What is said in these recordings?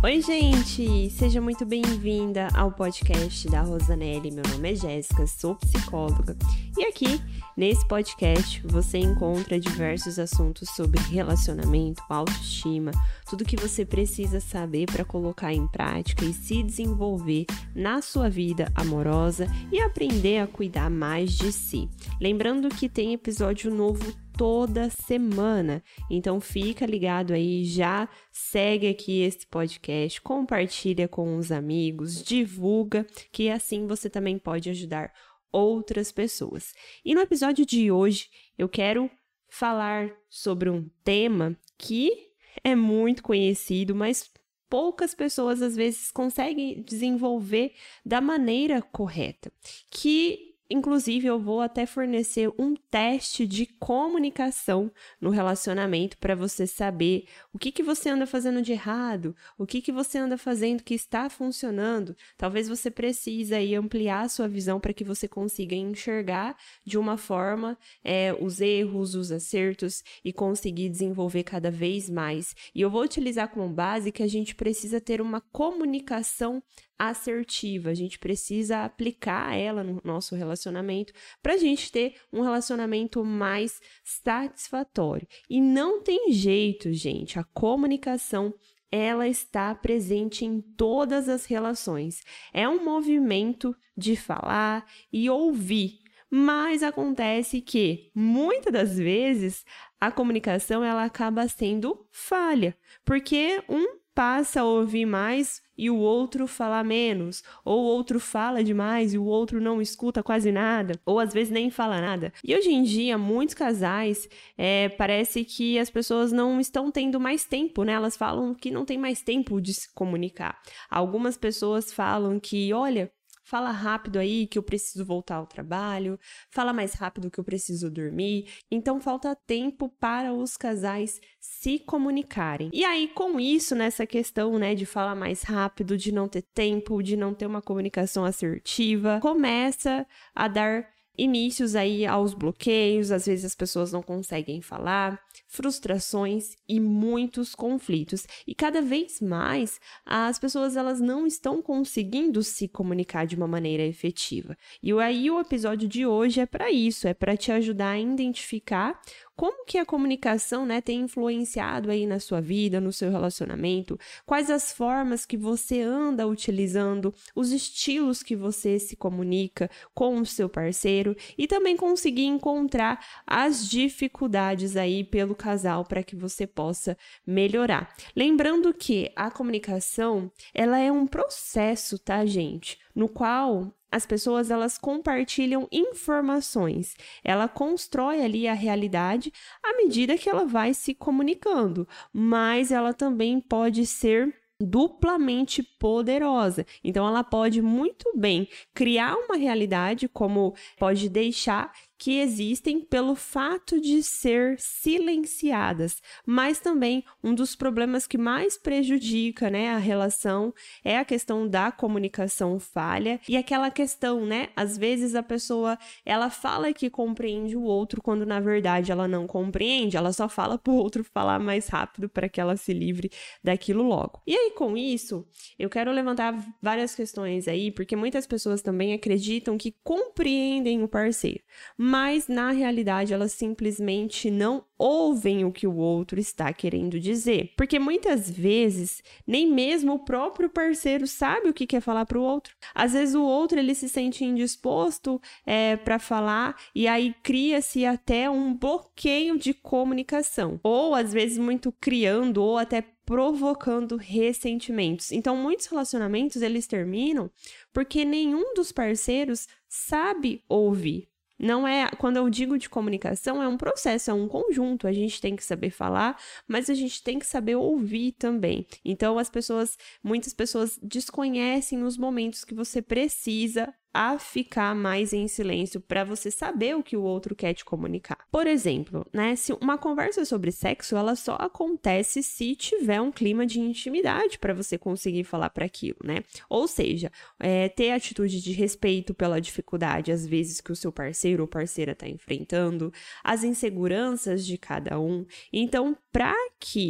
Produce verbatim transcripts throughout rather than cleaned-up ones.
Oi, gente! Seja muito bem-vinda ao podcast da Rosanelli. Meu nome é Jéssica, sou psicóloga. E aqui, nesse podcast, você encontra diversos assuntos sobre relacionamento, autoestima, tudo que você precisa saber para colocar em prática e se desenvolver na sua vida amorosa e aprender a cuidar mais de si. Lembrando que tem episódio novo toda semana, então fica ligado aí, já segue aqui esse podcast, compartilha com os amigos, divulga, que assim você também pode ajudar outras pessoas. E no episódio de hoje eu quero falar sobre um tema que é muito conhecido, mas poucas pessoas às vezes conseguem desenvolver da maneira correta, que inclusive, eu vou até fornecer um teste de comunicação no relacionamento para você saber o que, que você anda fazendo de errado, o que, que você anda fazendo que está funcionando. Talvez você precise aí ampliar a sua visão para que você consiga enxergar de uma forma é, os erros, os acertos e conseguir desenvolver cada vez mais. E eu vou utilizar como base que a gente precisa ter uma comunicação assertiva, a gente precisa aplicar ela no nosso relacionamento para a gente ter um relacionamento mais satisfatório. E não tem jeito, gente, a comunicação ela está presente em todas as relações. É um movimento de falar e ouvir, mas acontece que, muitas das vezes, a comunicação ela acaba sendo falha, porque um passa a ouvir mais e o outro fala menos, ou o outro fala demais e o outro não escuta quase nada, ou às vezes nem fala nada. E hoje em dia, muitos casais, é, parece que as pessoas não estão tendo mais tempo, né? Elas falam que não tem mais tempo de se comunicar. Algumas pessoas falam que, olha, fala rápido aí que eu preciso voltar ao trabalho, fala mais rápido que eu preciso dormir. Então, falta tempo para os casais se comunicarem. E aí, com isso, nessa questão, né, de falar mais rápido, de não ter tempo, de não ter uma comunicação assertiva, começa a dar inícios aí aos bloqueios, às vezes as pessoas não conseguem falar, frustrações e muitos conflitos. E cada vez mais as pessoas elas não estão conseguindo se comunicar de uma maneira efetiva. E aí o episódio de hoje é para isso, é para te ajudar a identificar como que a comunicação, né, tem influenciado aí na sua vida, no seu relacionamento, quais as formas que você anda utilizando, os estilos que você se comunica com o seu parceiro e também conseguir encontrar as dificuldades aí pelo casal para que você possa melhorar. Lembrando que a comunicação, ela é um processo, tá, gente? No qual as pessoas elas compartilham informações, ela constrói ali a realidade à medida que ela vai se comunicando, mas ela também pode ser duplamente poderosa. Então, ela pode muito bem criar uma realidade, como pode deixar que existem pelo fato de ser silenciadas, mas também um dos problemas que mais prejudica, né, a relação é a questão da comunicação falha e aquela questão, né, às vezes a pessoa, ela fala que compreende o outro quando na verdade ela não compreende, ela só fala para o outro falar mais rápido para que ela se livre daquilo logo. E aí com isso, eu quero levantar várias questões aí, porque muitas pessoas também acreditam que compreendem o parceiro, mas na realidade elas simplesmente não ouvem o que o outro está querendo dizer, porque muitas vezes nem mesmo o próprio parceiro sabe o que quer falar para o outro. Às vezes o outro ele se sente indisposto é, para falar e aí cria-se até um bloqueio de comunicação, ou às vezes muito criando ou até provocando ressentimentos. Então, muitos relacionamentos eles terminam porque nenhum dos parceiros sabe ouvir. Não é, quando eu digo de comunicação, é um processo, é um conjunto, a gente tem que saber falar, mas a gente tem que saber ouvir também. Então, as pessoas, muitas pessoas desconhecem os momentos que você precisa a ficar mais em silêncio para você saber o que o outro quer te comunicar. Por exemplo, né, se uma conversa sobre sexo, ela só acontece se tiver um clima de intimidade para você conseguir falar para aquilo, né? Ou seja, é, ter atitude de respeito pela dificuldade, às vezes, que o seu parceiro ou parceira está enfrentando, as inseguranças de cada um. Então, para que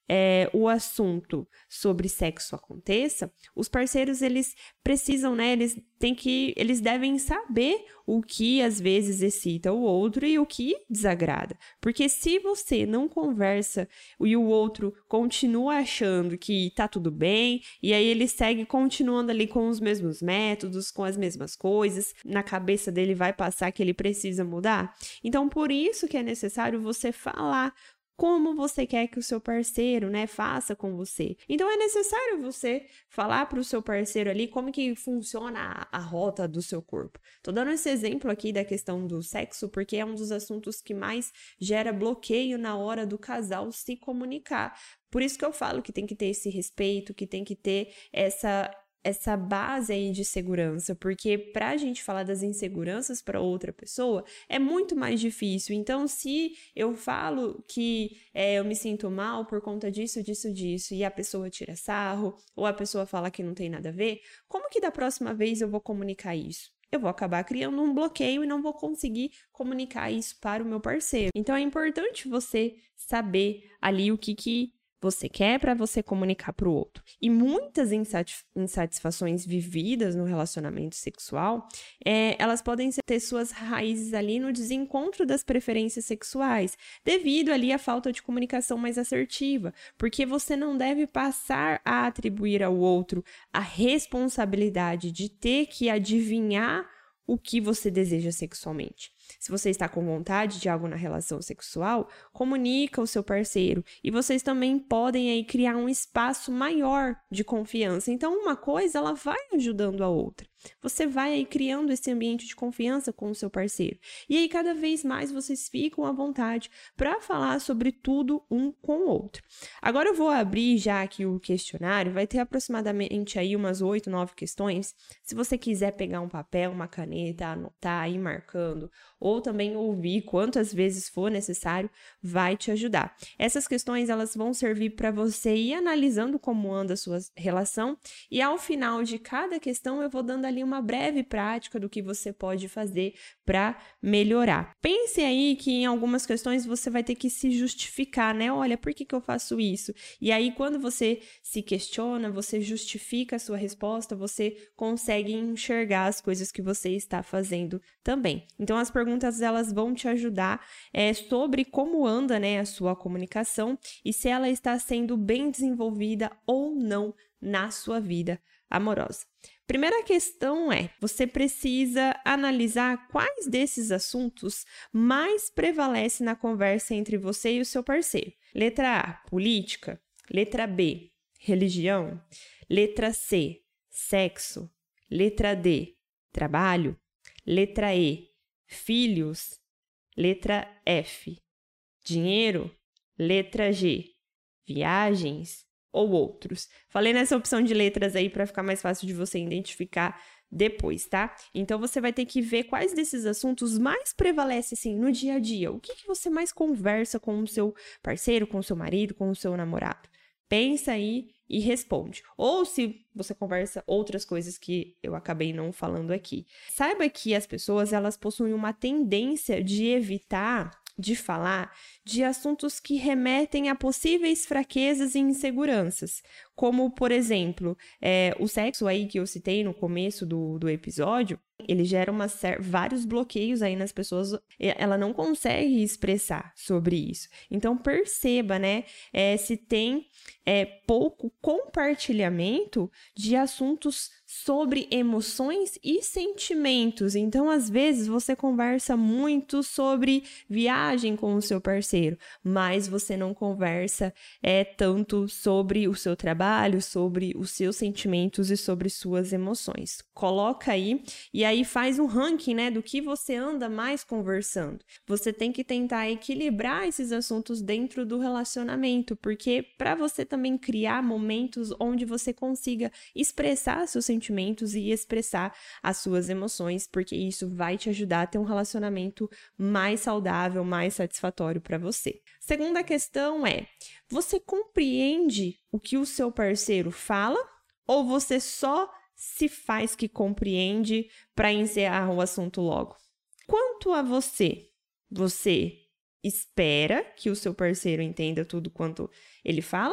é, o assunto sobre sexo aconteça, os parceiros, eles precisam, né, eles têm que, eles devem saber o que às vezes excita o outro e o que desagrada. Porque se você não conversa e o outro continua achando que tá tudo bem, e aí ele segue continuando ali com os mesmos métodos, com as mesmas coisas, na cabeça dele vai passar que ele precisa mudar. Então, por isso que é necessário você falar como você quer que o seu parceiro, né, faça com você. Então, é necessário você falar para o seu parceiro ali como que funciona a, a rota do seu corpo. Tô dando esse exemplo aqui da questão do sexo, porque é um dos assuntos que mais gera bloqueio na hora do casal se comunicar. Por isso que eu falo que tem que ter esse respeito, que tem que ter essa... essa base aí de segurança, porque pra gente falar das inseguranças para outra pessoa é muito mais difícil. Então, se eu falo que é, eu me sinto mal por conta disso, disso, disso, e a pessoa tira sarro, ou a pessoa fala que não tem nada a ver, como que da próxima vez eu vou comunicar isso? Eu vou acabar criando um bloqueio e não vou conseguir comunicar isso para o meu parceiro. Então, é importante você saber ali o que que você quer para você comunicar para o outro. E muitas insatisfações vividas no relacionamento sexual, é, elas podem ter suas raízes ali no desencontro das preferências sexuais, devido ali à falta de comunicação mais assertiva, porque você não deve passar a atribuir ao outro a responsabilidade de ter que adivinhar o que você deseja sexualmente. Se você está com vontade de algo na relação sexual, comunica ao seu parceiro e vocês também podem aí criar um espaço maior de confiança. Então, uma coisa, ela vai ajudando a outra. Você vai aí criando esse ambiente de confiança com o seu parceiro. E aí, cada vez mais, vocês ficam à vontade para falar sobre tudo um com o outro. Agora, eu vou abrir já aqui o questionário. Vai ter aproximadamente aí umas oito, nove questões. Se você quiser pegar um papel, uma caneta, anotar, ir marcando, ou também ouvir quantas vezes for necessário, vai te ajudar. Essas questões, elas vão servir para você ir analisando como anda a sua relação e ao final de cada questão eu vou dando ali uma breve prática do que você pode fazer para melhorar. Pense aí que em algumas questões você vai ter que se justificar, né? Olha, por que que eu faço isso? E aí, quando você se questiona, você justifica a sua resposta, você consegue enxergar as coisas que você está fazendo também. Então, as perguntas, elas vão te ajudar é, sobre como anda, né, a sua comunicação e se ela está sendo bem desenvolvida ou não na sua vida amorosa. Primeira questão é, você precisa analisar quais desses assuntos mais prevalecem na conversa entre você e o seu parceiro. Letra A, política. Letra B, religião. Letra C, sexo. Letra D, trabalho. Letra E, filhos. Letra F, dinheiro. Letra G, viagens ou outros. Falei nessa opção de letras aí para ficar mais fácil de você identificar depois, tá? Então, você vai ter que ver quais desses assuntos mais prevalecem, assim, no dia a dia. O que que você mais conversa com o seu parceiro, com o seu marido, com o seu namorado? Pensa aí e responde. Ou se você conversa outras coisas que eu acabei não falando aqui. Saiba que as pessoas, elas possuem uma tendência de evitar de falar de assuntos que remetem a possíveis fraquezas e inseguranças, como, por exemplo, é, o sexo aí que eu citei no começo do, do episódio, ele gera uma ser- vários bloqueios aí nas pessoas, ela não consegue expressar sobre isso. Então, perceba, né, é, se tem é, pouco compartilhamento de assuntos sobre emoções e sentimentos. Então, às vezes, você conversa muito sobre viagem com o seu parceiro, mas você não conversa é, tanto sobre o seu trabalho, sobre os seus sentimentos e sobre suas emoções. Coloca aí e aí faz um ranking, né, do que você anda mais conversando. Você tem que tentar equilibrar esses assuntos dentro do relacionamento, porque para você também criar momentos onde você consiga expressar seus sentimentos e expressar as suas emoções, porque isso vai te ajudar a ter um relacionamento mais saudável, mais satisfatório para você. Segunda questão é, você compreende o que o seu parceiro fala ou você só se faz que compreende para encerrar o assunto logo? Quanto a você, você espera que o seu parceiro entenda tudo quanto ele fala?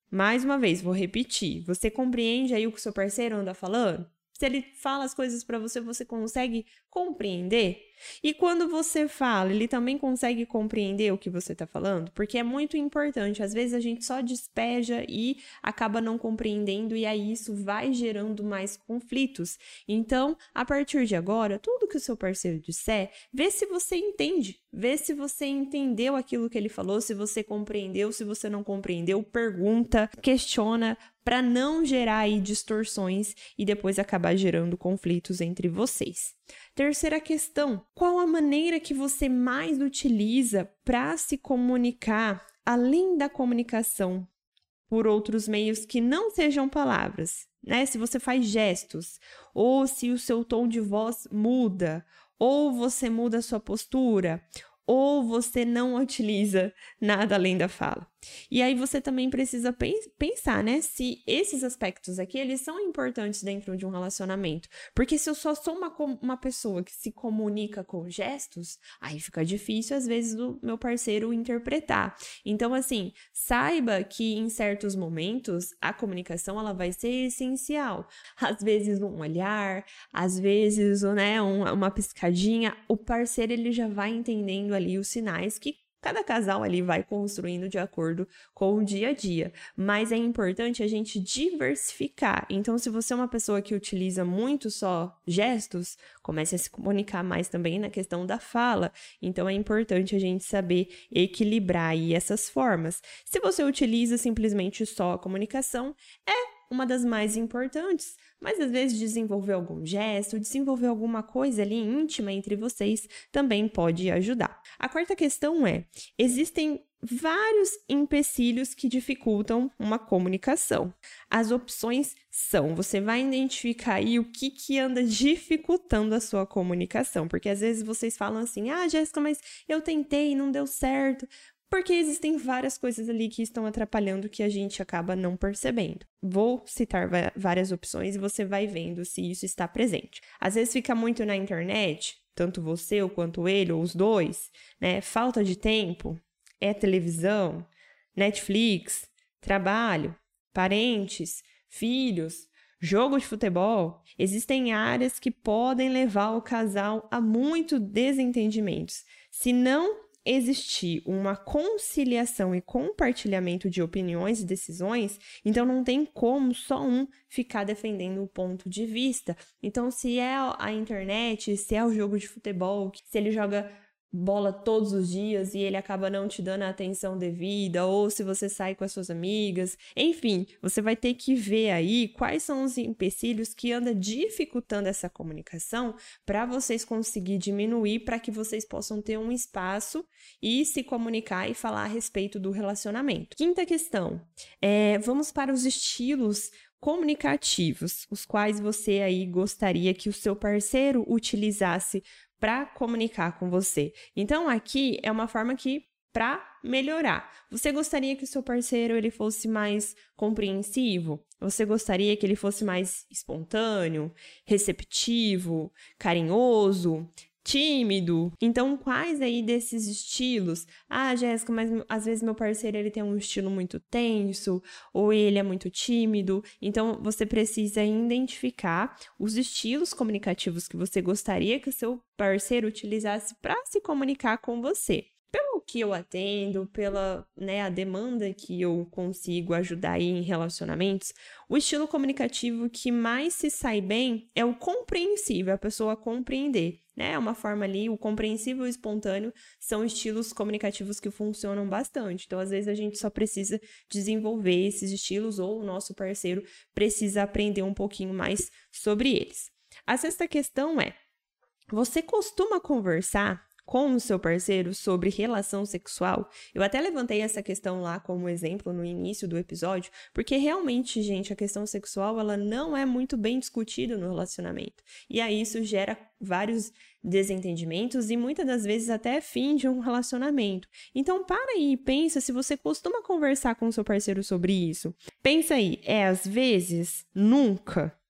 Mais uma vez, vou repetir. Você compreende aí o que o seu parceiro anda falando? Se ele fala as coisas para você, você consegue compreender? E quando você fala, ele também consegue compreender o que você está falando? Porque é muito importante. Às vezes a gente só despeja e acaba não compreendendo e aí isso vai gerando mais conflitos. Então, a partir de agora, tudo que o seu parceiro disser, vê se você entende. Vê se você entendeu aquilo que ele falou, se você compreendeu, se você não compreendeu, pergunta, questiona, para não gerar aí distorções e depois acabar gerando conflitos entre vocês. Terceira questão, qual a maneira que você mais utiliza para se comunicar, além da comunicação por outros meios que não sejam palavras, né? Se você faz gestos, ou se o seu tom de voz muda, ou você muda a sua postura, ou você não utiliza nada além da fala. E aí você também precisa pensar, né, se esses aspectos aqui, eles são importantes dentro de um relacionamento. Porque se eu só sou uma, uma pessoa que se comunica com gestos, aí fica difícil, às vezes, do meu parceiro interpretar. Então, assim, saiba que em certos momentos, a comunicação, ela vai ser essencial. Às vezes, um olhar, às vezes, né, uma, uma piscadinha, o parceiro, ele já vai entendendo ali os sinais que cada casal ali vai construindo de acordo com o dia a dia, mas é importante a gente diversificar. Então, se você é uma pessoa que utiliza muito só gestos, comece a se comunicar mais também na questão da fala. Então, é importante a gente saber equilibrar aí essas formas. Se você utiliza simplesmente só a comunicação, é uma das mais importantes, mas às vezes desenvolver algum gesto, desenvolver alguma coisa ali íntima entre vocês também pode ajudar. A quarta questão é, existem vários empecilhos que dificultam uma comunicação. As opções são, você vai identificar aí o que que anda dificultando a sua comunicação, porque às vezes vocês falam assim, ah, Jéssica, mas eu tentei e não deu certo. Porque existem várias coisas ali que estão atrapalhando que a gente acaba não percebendo. Vou citar várias opções e você vai vendo se isso está presente. Às vezes fica muito na internet, tanto você ou quanto ele, ou os dois, né? Falta de tempo, é televisão, Netflix, trabalho, parentes, filhos, jogo de futebol. Existem áreas que podem levar o casal a muitos desentendimentos. Se não existir uma conciliação e compartilhamento de opiniões e decisões, então não tem como só um ficar defendendo o ponto de vista. Então, se é a internet, se é o jogo de futebol, se ele joga bola todos os dias e ele acaba não te dando a atenção devida, ou se você sai com as suas amigas, enfim, você vai ter que ver aí quais são os empecilhos que andam dificultando essa comunicação para vocês conseguir diminuir, para que vocês possam ter um espaço e se comunicar e falar a respeito do relacionamento. Quinta questão, é, vamos para os estilos comunicativos, os quais você aí gostaria que o seu parceiro utilizasse para comunicar com você. Então, aqui é uma forma que para melhorar. Você gostaria que o seu parceiro ele fosse mais compreensivo? Você gostaria que ele fosse mais espontâneo, receptivo, carinhoso, tímido? Então, quais aí desses estilos? Ah, Jéssica, mas às vezes meu parceiro ele tem um estilo muito tenso, ou ele é muito tímido. Então, você precisa identificar os estilos comunicativos que você gostaria que o seu parceiro utilizasse para se comunicar com você. Pelo que eu atendo, pela, né, a demanda que eu consigo ajudar aí em relacionamentos, o estilo comunicativo que mais se sai bem é o compreensível, a pessoa compreender. É uma forma ali, o compreensível e o espontâneo são estilos comunicativos que funcionam bastante. Então, às vezes, a gente só precisa desenvolver esses estilos ou o nosso parceiro precisa aprender um pouquinho mais sobre eles. A sexta questão é, você costuma conversar com o seu parceiro sobre relação sexual? Eu até levantei essa questão lá como exemplo no início do episódio, porque realmente, gente, a questão sexual, ela não é muito bem discutida no relacionamento. E aí isso gera vários desentendimentos e muitas das vezes até fim de um relacionamento. Então, para aí e pensa se você costuma conversar com o seu parceiro sobre isso. Pensa aí, é às vezes? Nunca?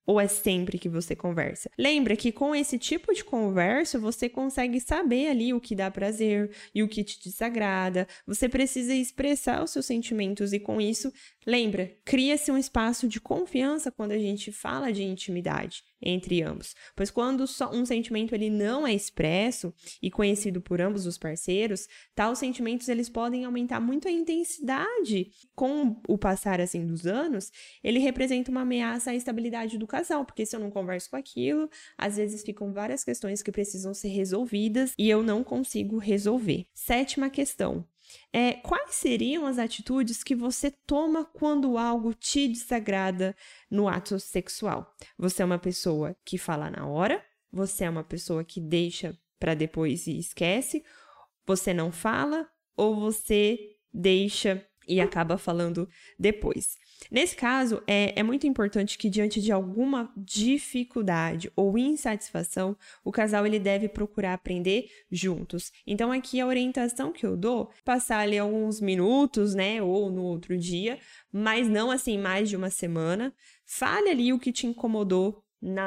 Ou é sempre que você conversa? Lembra que com esse tipo de conversa, você consegue saber ali o que dá prazer e o que te desagrada. Você precisa expressar os seus sentimentos e com isso, lembra, cria-se um espaço de confiança quando a gente fala de intimidade entre ambos. Pois quando só um sentimento ele não é expresso e conhecido por ambos os parceiros, tais sentimentos eles podem aumentar muito a intensidade. Com o passar assim dos anos, ele representa uma ameaça à estabilidade do casal, porque se eu não converso com aquilo, às vezes ficam várias questões que precisam ser resolvidas e eu não consigo resolver. Sétima questão. É, quais seriam as atitudes que você toma quando algo te desagrada no ato sexual? Você é uma pessoa que fala na hora? Você é uma pessoa que deixa para depois e esquece? Você não fala? Ou você deixa e acaba falando depois? Nesse caso, é, é muito importante que diante de alguma dificuldade ou insatisfação, o casal ele deve procurar aprender juntos. Então, aqui a orientação que eu dou, passar ali alguns minutos, né, ou no outro dia, mas não assim mais de uma semana. Fale ali o que te incomodou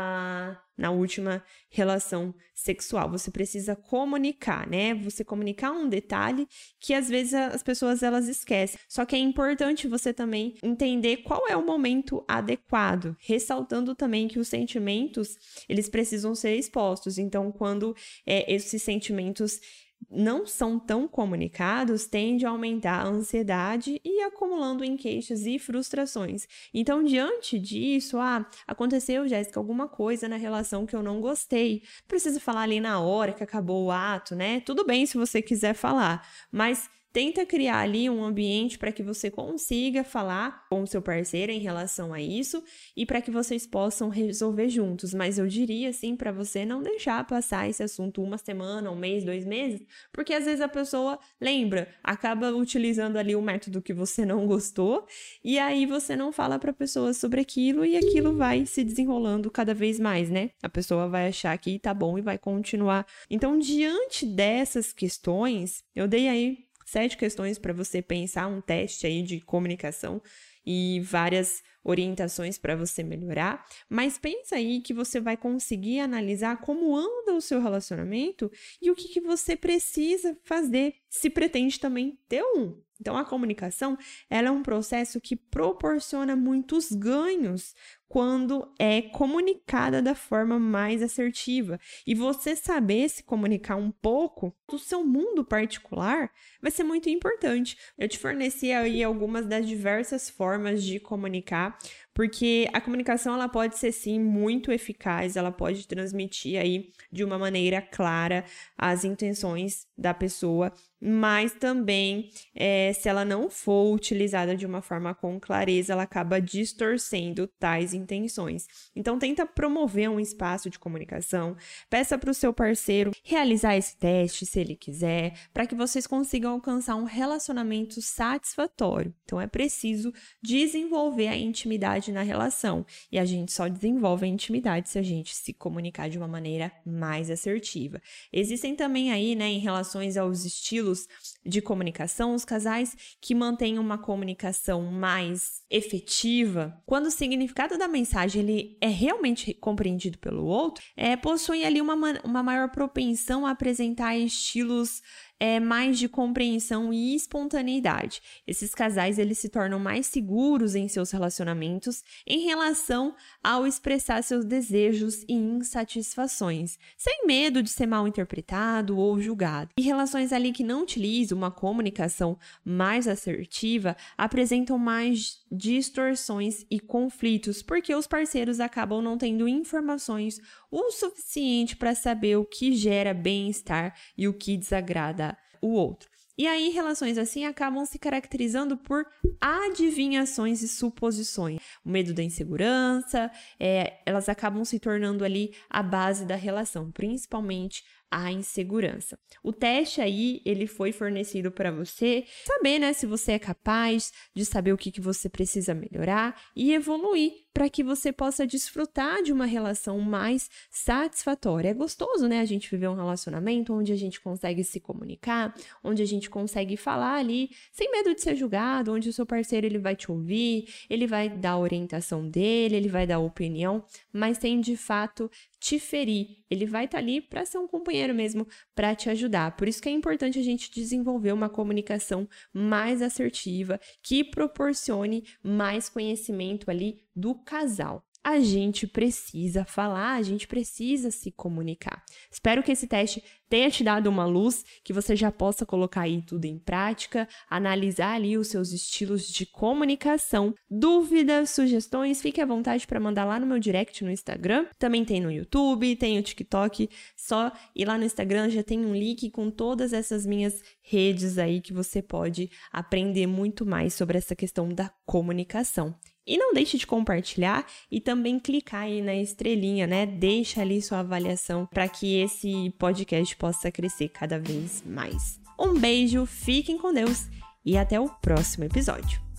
na, na última relação sexual. Você precisa comunicar, né? Você comunicar um detalhe que às vezes as pessoas elas esquecem. Só que é importante você também entender qual é o momento adequado, ressaltando também que os sentimentos, eles precisam ser expostos. Então, quando é, esses sentimentos não são tão comunicados, tende a aumentar a ansiedade e acumulando em queixas e frustrações. Então, diante disso, ah, aconteceu, Jéssica, alguma coisa na relação que eu não gostei. Precisa falar ali na hora que acabou o ato, né? Tudo bem se você quiser falar, mas tenta criar ali um ambiente para que você consiga falar com o seu parceiro em relação a isso e para que vocês possam resolver juntos. Mas eu diria, assim, para você não deixar passar esse assunto uma semana, um mês, dois meses, porque às vezes a pessoa, lembra, acaba utilizando ali o método que você não gostou e aí você não fala para a pessoa sobre aquilo e aquilo vai se desenrolando cada vez mais, né? A pessoa vai achar que tá bom e vai continuar. Então, diante dessas questões, eu dei aí sete questões para você pensar, um teste aí de comunicação e várias orientações para você melhorar, mas pensa aí que você vai conseguir analisar como anda o seu relacionamento e o que, que você precisa fazer, se pretende também ter um. Então, a comunicação, ela é um processo que proporciona muitos ganhos quando é comunicada da forma mais assertiva. E você saber se comunicar um pouco do seu mundo particular vai ser muito importante. Eu te forneci aí algumas das diversas formas de comunicar, porque a comunicação ela pode ser sim muito eficaz, ela pode transmitir aí de uma maneira clara as intenções da pessoa, mas também é, se ela não for utilizada de uma forma com clareza, ela acaba distorcendo tais intenções. Então tenta promover um espaço de comunicação, peça para o seu parceiro realizar esse teste se ele quiser, para que vocês consigam alcançar um relacionamento satisfatório. Então é preciso desenvolver a intimidade na relação. E a gente só desenvolve a intimidade se a gente se comunicar de uma maneira mais assertiva. Existem também aí, né, em relações aos estilos de comunicação, os casais que mantêm uma comunicação mais efetiva, quando o significado da mensagem ele é realmente compreendido pelo outro, é, possuem ali uma, uma maior propensão a apresentar estilos é, mais de compreensão e espontaneidade. Esses casais eles se tornam mais seguros em seus relacionamentos em relação ao expressar seus desejos e insatisfações, sem medo de ser mal interpretado ou julgado. E relações ali que não utilizam uma comunicação mais assertiva apresentam mais distorções e conflitos, porque os parceiros acabam não tendo informações o suficiente para saber o que gera bem-estar e o que desagrada o outro. E aí, relações assim acabam se caracterizando por adivinhações e suposições. O medo da insegurança, é, elas acabam se tornando ali a base da relação, principalmente a insegurança. O teste aí, ele foi fornecido para você saber, né, se você é capaz de saber o que, que você precisa melhorar e evoluir para que você possa desfrutar de uma relação mais satisfatória. É gostoso, né, a gente viver um relacionamento onde a gente consegue se comunicar, onde a gente consegue falar ali sem medo de ser julgado, onde o seu parceiro ele vai te ouvir, ele vai dar a orientação dele, ele vai dar a opinião, mas sem de fato te ferir. Ele vai estar ali para ser um companheiro mesmo, para te ajudar. Por isso que é importante a gente desenvolver uma comunicação mais assertiva, que proporcione mais conhecimento ali do casal. A gente precisa falar, a gente precisa se comunicar. Espero que esse teste tenha te dado uma luz, que você já possa colocar aí tudo em prática, analisar ali os seus estilos de comunicação. Dúvidas, sugestões, fique à vontade para mandar lá no meu direct no Instagram. Também tem no YouTube, tem o TikTok, só ir lá no Instagram, já tem um link com todas essas minhas redes aí que você pode aprender muito mais sobre essa questão da comunicação. E não deixe de compartilhar e também clicar aí na estrelinha, né? Deixa ali sua avaliação para que esse podcast possa crescer cada vez mais. Um beijo, fiquem com Deus e até o próximo episódio.